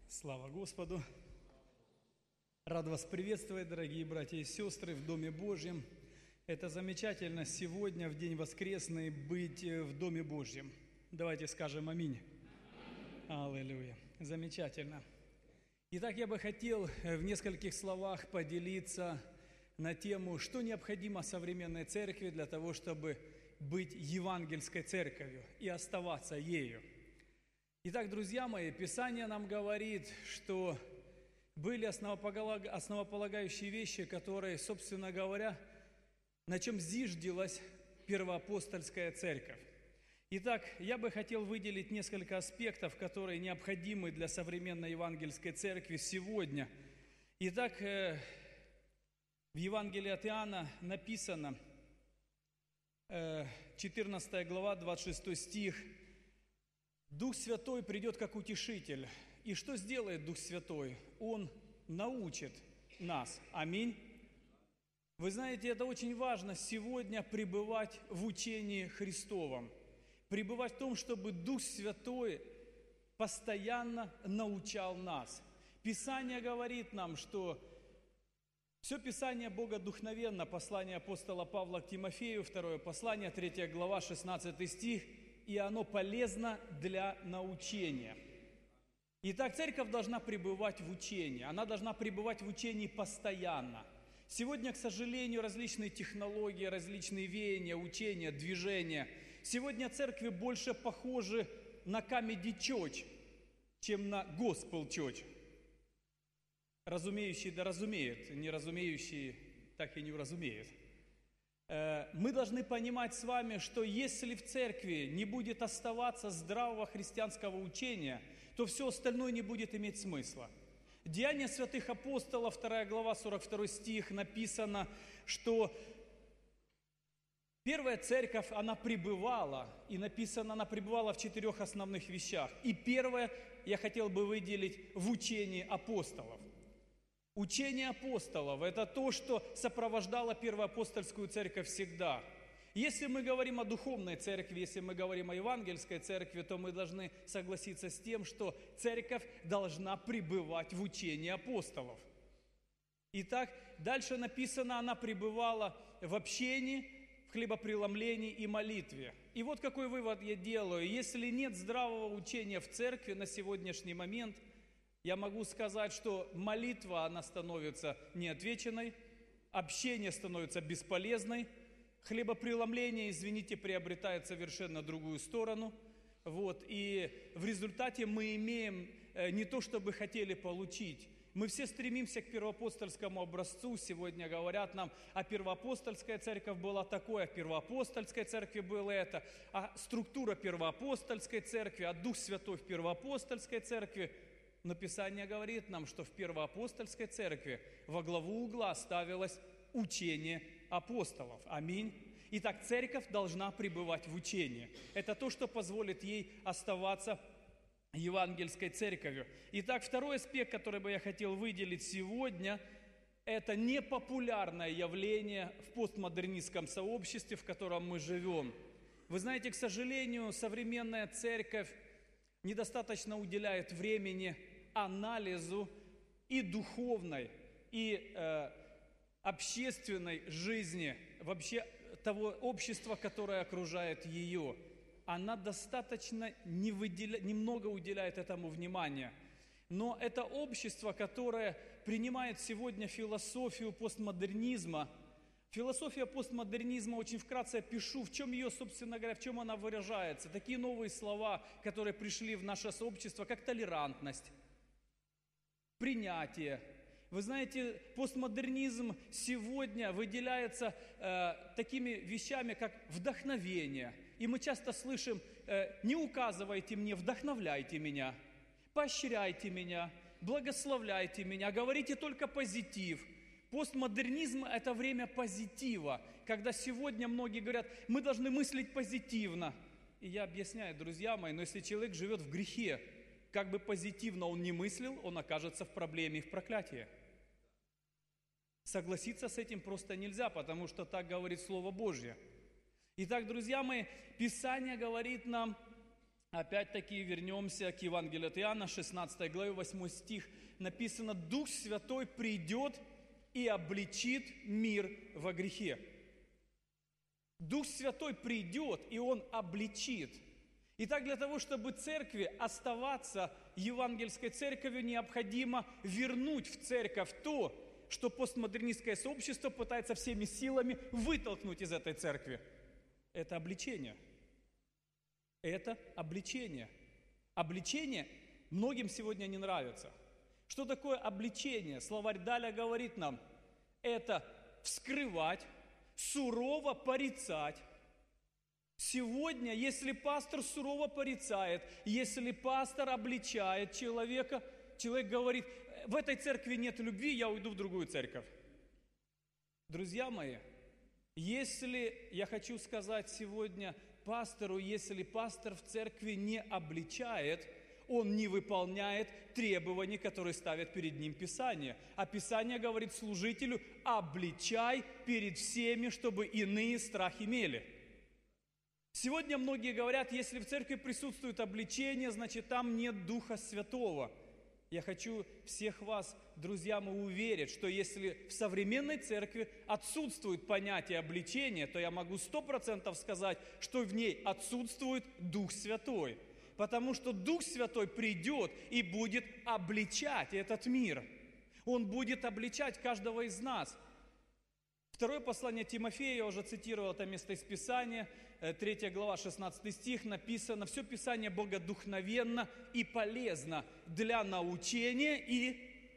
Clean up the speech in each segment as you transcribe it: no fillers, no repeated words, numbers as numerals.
Слава Господу! Рад вас приветствовать, дорогие братья и сестры, в Доме Божьем. Это замечательно сегодня, в день воскресный, быть в Доме Божьем. Давайте скажем аминь. Аллилуйя. Замечательно. Итак, я бы хотел в нескольких словах поделиться на тему, что необходимо современной церкви для того, чтобы быть евангельской церковью и оставаться ею. Итак, друзья мои, Писание нам говорит, что были основополагающие вещи, которые, собственно говоря, на чем зиждилась первоапостольская церковь. Итак, я бы хотел выделить несколько аспектов, которые необходимы для современной евангельской церкви сегодня. Итак, в Евангелии от Иоанна написано, 14 глава, 26 стих, «Дух Святой придет как утешитель». И что сделает Дух Святой? Он научит нас. Аминь. Вы знаете, это очень важно сегодня пребывать в учении Христовом. Пребывать в том, чтобы Дух Святой постоянно научал нас. Писание говорит нам, что все Писание богодухновенно, послание апостола Павла к Тимофею, 2 послание, 3 глава, 16 стих, и оно полезно для научения. Итак, церковь должна пребывать в учении, она должна пребывать в учении постоянно. Сегодня, к сожалению, различные технологии, различные веяния, учения, движения. Сегодня церкви больше похожи на comedy church, чем на gospel church. Разумеющие да разумеют, неразумеющие так и не уразумеют. Мы должны понимать с вами, что если в церкви не будет оставаться здравого христианского учения, то все остальное не будет иметь смысла. Деяния святых апостолов, 2 глава, 42 стих, написано, что первая церковь, она пребывала, и написано, она пребывала в 4 основных вещах. И первое, я хотел бы выделить в учении апостолов. Учение апостолов – это то, что сопровождало первоапостольскую церковь всегда. Если мы говорим о духовной церкви, если мы говорим о евангельской церкви, то мы должны согласиться с тем, что церковь должна пребывать в учении апостолов. Итак, дальше написано, она пребывала в общении, в хлебопреломлении и молитве. И вот какой вывод я делаю. Если нет здравого учения в церкви на сегодняшний момент, я могу сказать, что молитва, она становится неотвеченной, общение становится бесполезной, хлебопреломление, извините, приобретает совершенно другую сторону. И в результате мы имеем не то, что бы хотели получить. Мы все стремимся к первоапостольскому образцу. Сегодня говорят нам, а первоапостольская церковь была такой, а в первоапостольской церкви было это, а структура первоапостольской церкви, а Дух Святой в первоапостольской церкви. Но Писание говорит нам, что в первоапостольской церкви во главу угла ставилось учение апостолов. Аминь. Итак, церковь должна пребывать в учении. Это то, что позволит ей оставаться евангельской церковью. Итак, второй аспект, который бы я хотел выделить сегодня, это непопулярное явление в постмодернистском сообществе, в котором мы живем. Вы знаете, к сожалению, современная церковь недостаточно уделяет времени анализу и духовной, и общественной жизни, вообще того общества, которое окружает ее. Она достаточно немного уделяет этому внимания. Но это общество, которое принимает сегодня философию постмодернизма. Философия постмодернизма, очень вкратце опишу, в чем ее, собственно говоря, в чем она выражается. Такие новые слова, которые пришли в наше сообщество, как толерантность, принятие. Вы знаете, постмодернизм сегодня выделяется такими вещами, как вдохновение. И мы часто слышим: не указывайте мне, вдохновляйте меня, поощряйте меня, благословляйте меня, говорите только позитив. Постмодернизм – это время позитива, когда сегодня многие говорят, мы должны мыслить позитивно. И я объясняю, друзья мои, но если человек живет в грехе, как бы позитивно он ни мыслил, он окажется в проблеме и в проклятии. Согласиться с этим просто нельзя, потому что так говорит Слово Божье. Итак, друзья мои, Писание говорит нам опять-таки вернемся к Евангелию от Иоанна, 16 главе, 8 стих. Написано: «Дух Святой придет и обличит мир во грехе». Дух Святой придет, и Он обличит. Итак, для того, чтобы церкви оставаться евангельской церковью, необходимо вернуть в церковь то, что постмодернистское сообщество пытается всеми силами вытолкнуть из этой церкви. Это обличение. Это обличение. Обличение многим сегодня не нравится. Что такое обличение? Словарь Даля говорит нам: это вскрывать, сурово порицать. Сегодня, если пастор сурово порицает, если пастор обличает человека, человек говорит: в этой церкви нет любви, я уйду в другую церковь. Друзья мои, я хочу сказать сегодня пастору, если пастор в церкви не обличает, он не выполняет требований, которые ставит перед ним Писание. А Писание говорит служителю: обличай перед всеми, чтобы иные страх имели. Сегодня многие говорят: если в церкви присутствует обличение, значит там нет Духа Святого. Я хочу всех вас, друзья мои, уверить, что если в современной церкви отсутствует понятие обличения, то я могу 100% сказать, что в ней отсутствует Дух Святой. Потому что Дух Святой придет и будет обличать этот мир. Он будет обличать каждого из нас. Второе послание Тимофея, я уже цитировал это место из Писания, 3 глава, 16 стих, написано: «Все Писание богодухновенно и полезно для научения и...»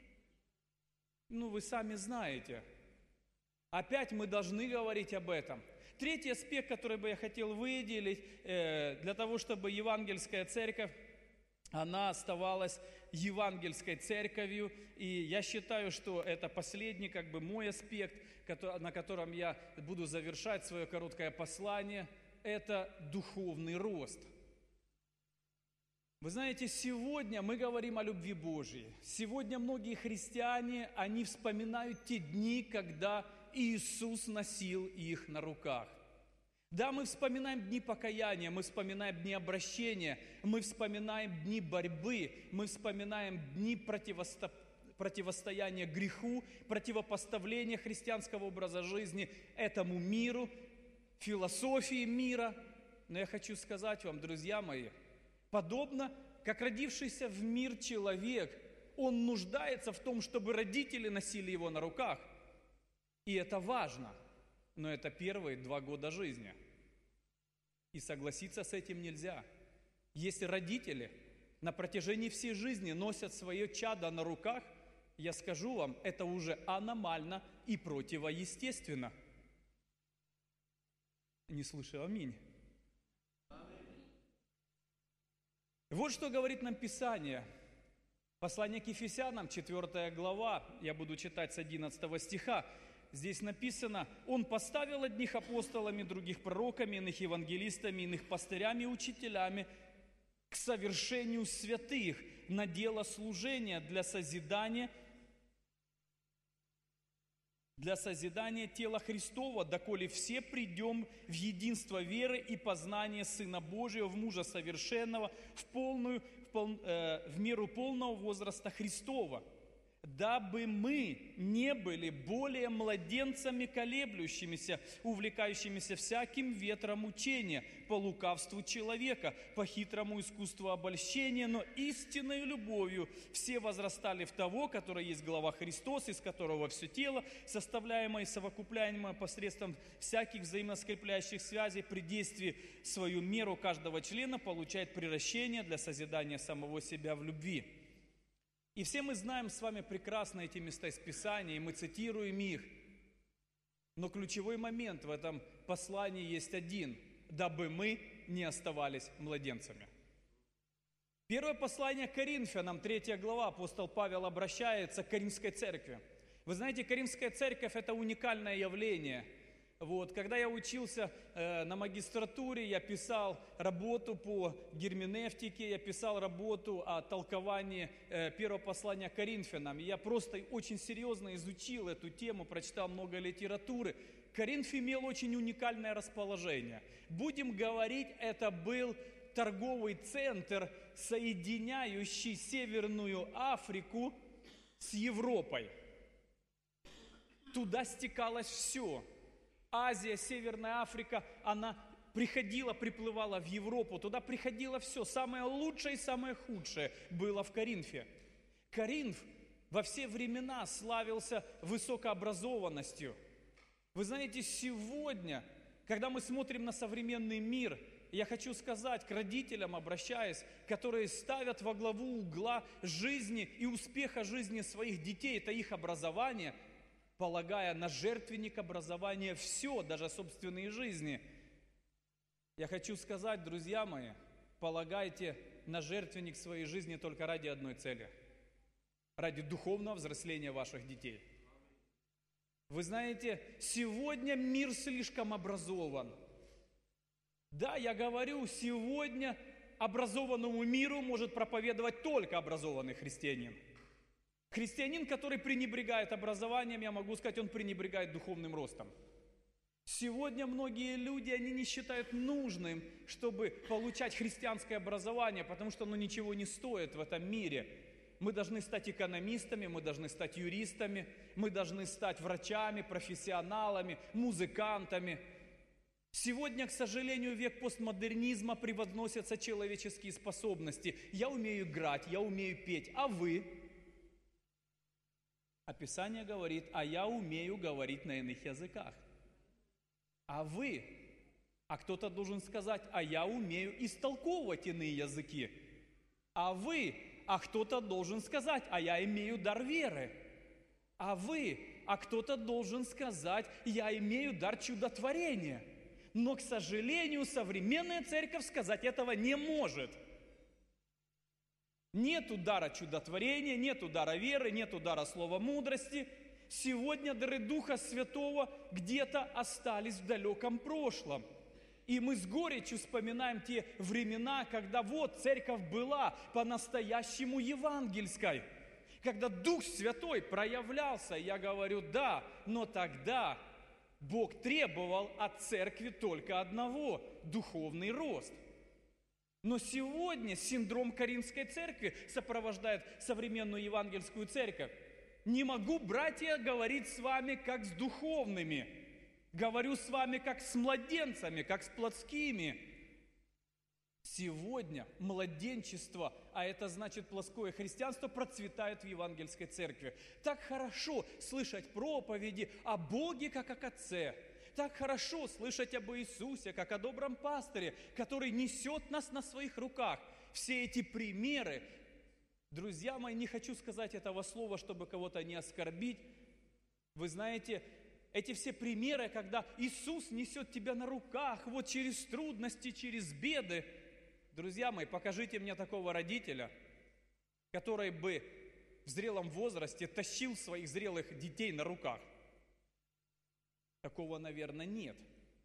вы сами знаете. Опять мы должны говорить об этом. Третий аспект, который бы я хотел выделить, для того, чтобы евангельская церковь, она оставалась евангельской церковью. И я считаю, что это последний, мой аспект, на котором я буду завершать свое короткое послание. Это духовный рост. Вы знаете, сегодня мы говорим о любви Божьей. Сегодня многие христиане, они вспоминают те дни, когда Иисус носил их на руках. Да, мы вспоминаем дни покаяния, мы вспоминаем дни обращения, мы вспоминаем дни борьбы, мы вспоминаем дни противостояния греху, противопоставления христианского образа жизни этому миру, философии мира. Но я хочу сказать вам, друзья мои, подобно как родившийся в мир человек, он нуждается в том, чтобы родители носили его на руках. И это важно, но это первые 2 года жизни. И согласиться с этим нельзя. Если родители на протяжении всей жизни носят свое чадо на руках, я скажу вам, это уже аномально и противоестественно. Не слышу аминь. Вот что говорит нам Писание. Послание к Ефесянам, 4 глава, я буду читать с 11 стиха. Здесь написано: «Он поставил одних апостолами, других пророками, иных евангелистами, иных пастырями и учителями к совершению святых на дело служения для созидания тела Христова, доколе все придем в единство веры и познания Сына Божьего, в мужа совершенного, в меру полного возраста Христова, дабы мы не были более младенцами колеблющимися, увлекающимися всяким ветром учения, по лукавству человека, по хитрому искусству обольщения, но истинной любовью все возрастали в того, который есть глава Христос, из которого все тело, составляемое и совокупляемое посредством всяких взаимно скрепляющих связей, при действии свою меру каждого члена получает приращение для созидания самого себя в любви». И все мы знаем с вами прекрасно эти места из Писания, и мы цитируем их. Но ключевой момент в этом послании есть один: дабы мы не оставались младенцами. Первое послание к Коринфянам, 3 глава, апостол Павел обращается к Коринфской церкви. Вы знаете, Коринфская церковь – это уникальное явление. Когда я учился на магистратуре, я писал работу по герменевтике, я писал работу о толковании первого послания к Коринфянам. И я просто очень серьезно изучил эту тему, прочитал много литературы. Коринф имел очень уникальное расположение. Будем говорить, это был торговый центр, соединяющий Северную Африку с Европой. Туда стекалось все. Азия, Северная Африка, она приплывала в Европу. Туда приходило все. Самое лучшее и самое худшее было в Коринфе. Коринф во все времена славился высокообразованностью. Вы знаете, сегодня, когда мы смотрим на современный мир, я хочу сказать к родителям, обращаясь, которые ставят во главу угла жизни и успеха жизни своих детей, это их образование, полагая на жертвенник образования все, даже собственные жизни. Я хочу сказать, друзья мои, полагайте на жертвенник своей жизни только ради одной цели – ради духовного взросления ваших детей. Вы знаете, сегодня мир слишком образован. Да, я говорю, сегодня образованному миру может проповедовать только образованный христианин. Христианин, который пренебрегает образованием, я могу сказать, он пренебрегает духовным ростом. Сегодня многие люди, они не считают нужным, чтобы получать христианское образование, потому что оно ничего не стоит в этом мире. Мы должны стать экономистами, мы должны стать юристами, мы должны стать врачами, профессионалами, музыкантами. Сегодня, к сожалению, в век постмодернизма превозносятся человеческие способности. Я умею играть, я умею петь, а вы? А Писание говорит, а я умею говорить на иных языках. А вы? А кто-то должен сказать, а я умею истолковывать иные языки. А вы? А кто-то должен сказать, а я имею дар веры. А вы? А кто-то должен сказать, я имею дар чудотворения. Но, к сожалению, современная церковь сказать этого не может. Нету дара чудотворения, нету дара веры, нету дара слова мудрости. Сегодня дары Духа Святого где-то остались в далеком прошлом. И мы с горечью вспоминаем те времена, когда вот церковь была по-настоящему евангельской. Когда Дух Святой проявлялся, я говорю, да, но тогда Бог требовал от церкви только одного – духовный рост. Но сегодня синдром Коринфской церкви сопровождает современную евангельскую церковь. Не могу, братья, говорить с вами как с духовными. Говорю с вами как с младенцами, как с плотскими. Сегодня младенчество, а это значит плоское христианство, процветает в евангельской церкви. Так хорошо слышать проповеди о Боге, как о Отце. Так хорошо слышать об Иисусе, как о добром пастыре, который несет нас на своих руках. Все эти примеры, друзья мои, не хочу сказать этого слова, чтобы кого-то не оскорбить. Вы знаете, эти все примеры, когда Иисус несет тебя на руках, вот через трудности, через беды. Друзья мои, покажите мне такого родителя, который бы в зрелом возрасте тащил своих зрелых детей на руках. Такого, наверное, нет.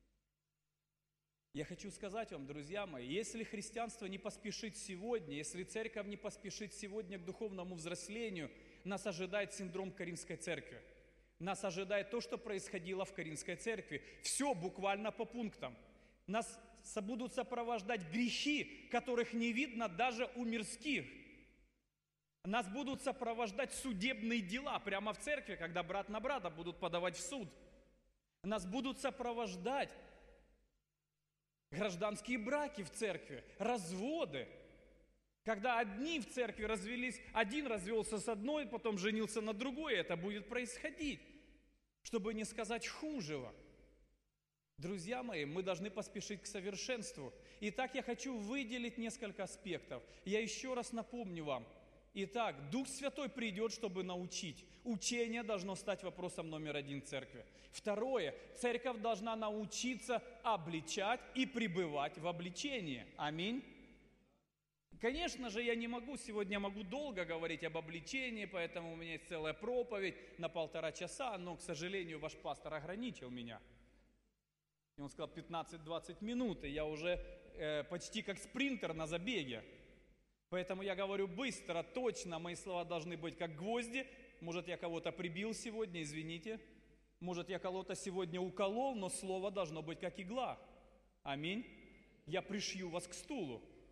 Я хочу сказать вам, друзья мои, если христианство не поспешит сегодня, если церковь не поспешит сегодня к духовному взрослению, нас ожидает синдром Коринфской церкви. Нас ожидает то, что происходило в Коринфской церкви. Все буквально по пунктам. Нас будут сопровождать грехи, которых не видно даже у мирских. Нас будут сопровождать судебные дела прямо в церкви, когда брат на брата будут подавать в суд. Нас будут сопровождать гражданские браки в церкви, разводы. Когда одни в церкви развелись, один развелся с одной, потом женился на другой, это будет происходить, чтобы не сказать хужего. Друзья мои, мы должны поспешить к совершенству. Итак, я хочу выделить несколько аспектов. Я еще раз напомню вам. Итак, Дух Святой придет, чтобы научить. Учение должно стать вопросом номер один церкви. Второе, церковь должна научиться обличать и пребывать в обличении. Аминь. Конечно же, я не могу, сегодня могу долго говорить об обличении, поэтому у меня есть целая проповедь на 1,5 часа, но, к сожалению, ваш пастор ограничил меня. И он сказал 15-20 минут, и я уже почти как спринтер на забеге. Поэтому я говорю быстро, точно, мои слова должны быть как гвозди. Может, я кого-то прибил сегодня, извините. Может, я кого-то сегодня уколол, но слово должно быть как игла. Аминь. Я пришью вас к стулу.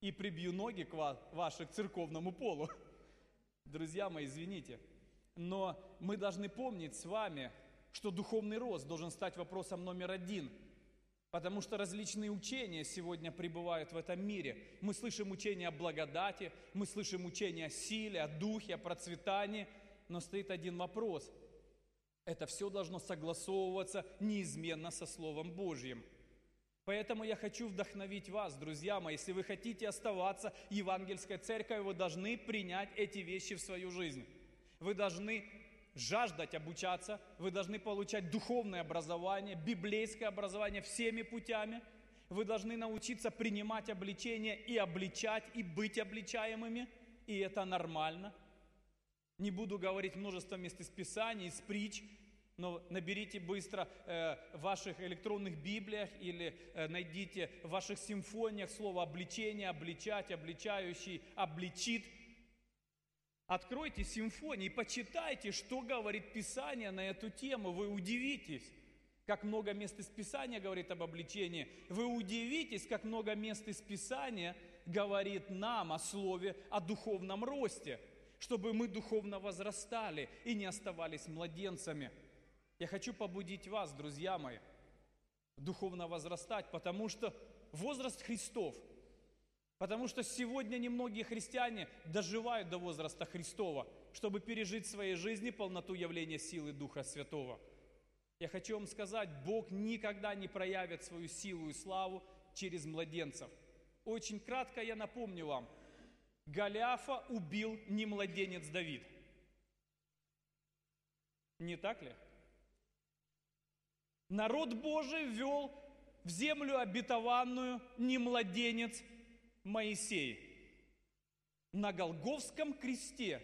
и прибью ноги ваши к церковному полу. Друзья мои, извините. Но мы должны помнить с вами, что духовный рост должен стать вопросом номер один. Потому что различные учения сегодня пребывают в этом мире. Мы слышим учения о благодати, мы слышим учения о силе, о духе, о процветании. Но стоит один вопрос. Это все должно согласовываться неизменно со Словом Божьим. Поэтому я хочу вдохновить вас, друзья мои. Если вы хотите оставаться евангельской церковью, вы должны принять эти вещи в свою жизнь. Вы должны жаждать обучаться, вы должны получать духовное образование, библейское образование всеми путями. Вы должны научиться принимать обличение и обличать, и быть обличаемыми. И это нормально. Не буду говорить множество мест из Писаний, из притч, но наберите быстро в ваших электронных библиях или найдите в ваших симфониях слово обличение, обличать, обличающий, обличит. Откройте симфонии и почитайте, что говорит Писание на эту тему. Вы удивитесь, как много мест из Писания говорит об обличении. Вы удивитесь, как много мест из Писания говорит нам о слове, о духовном росте, чтобы мы духовно возрастали и не оставались младенцами. Я хочу побудить вас, друзья мои, духовно возрастать, потому что возраст Христов. Потому что сегодня немногие христиане доживают до возраста Христова, чтобы пережить в своей жизни полноту явления силы Духа Святого. Я хочу вам сказать, Бог никогда не проявит свою силу и славу через младенцев. Очень кратко я напомню вам. Голиафа убил не младенец Давид. Не так ли? Народ Божий ввел в землю обетованную не младенец Моисей. На Голгофском кресте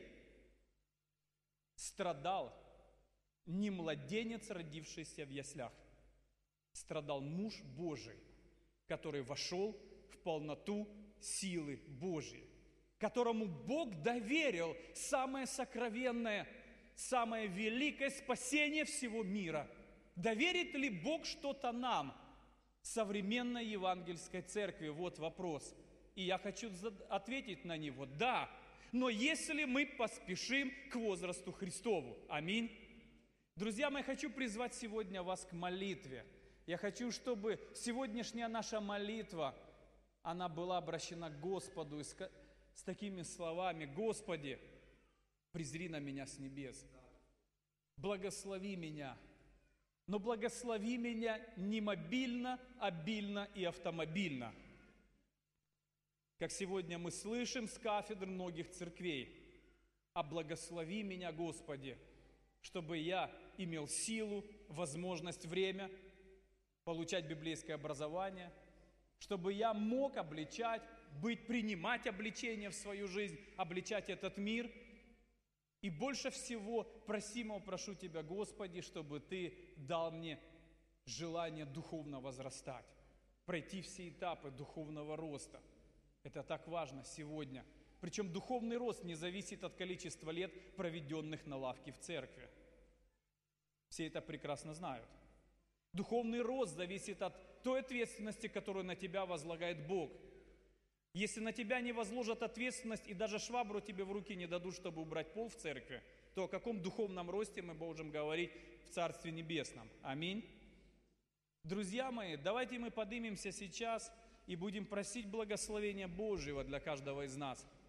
страдал не младенец, родившийся в яслях. Страдал муж Божий, который вошел в полноту силы Божьей, которому Бог доверил самое сокровенное, самое великое спасение всего мира. Доверит ли Бог что-то нам, современной евангельской церкви? Вот вопрос. И я хочу ответить на него. Да, но если мы поспешим к возрасту Христову. Аминь. Друзья мои, я хочу призвать сегодня вас к молитве. Я хочу, чтобы сегодняшняя наша молитва, она была обращена к Господу с такими словами: Господи, презри на меня с небес, благослови меня. Но благослови меня не мобильно, обильно и автомобильно. Как сегодня мы слышим с кафедр многих церквей. А благослови меня, Господи, чтобы я имел силу, возможность, время получать библейское образование, чтобы я мог обличать, принимать обличение в свою жизнь, обличать этот мир. И больше всего просимого прошу Тебя, Господи, чтобы Ты дал мне желание духовно возрастать, пройти все этапы духовного роста. Это так важно сегодня. Причем духовный рост не зависит от количества лет, проведенных на лавке в церкви. Все это прекрасно знают. Духовный рост зависит от той ответственности, которую на тебя возлагает Бог. Если на тебя не возложат ответственность и даже швабру тебе в руки не дадут, чтобы убрать пол в церкви, то о каком духовном росте мы можем говорить в Царстве Небесном? Аминь. Друзья мои, давайте мы поднимемся сейчас и будем просить благословения Божьего для каждого из нас.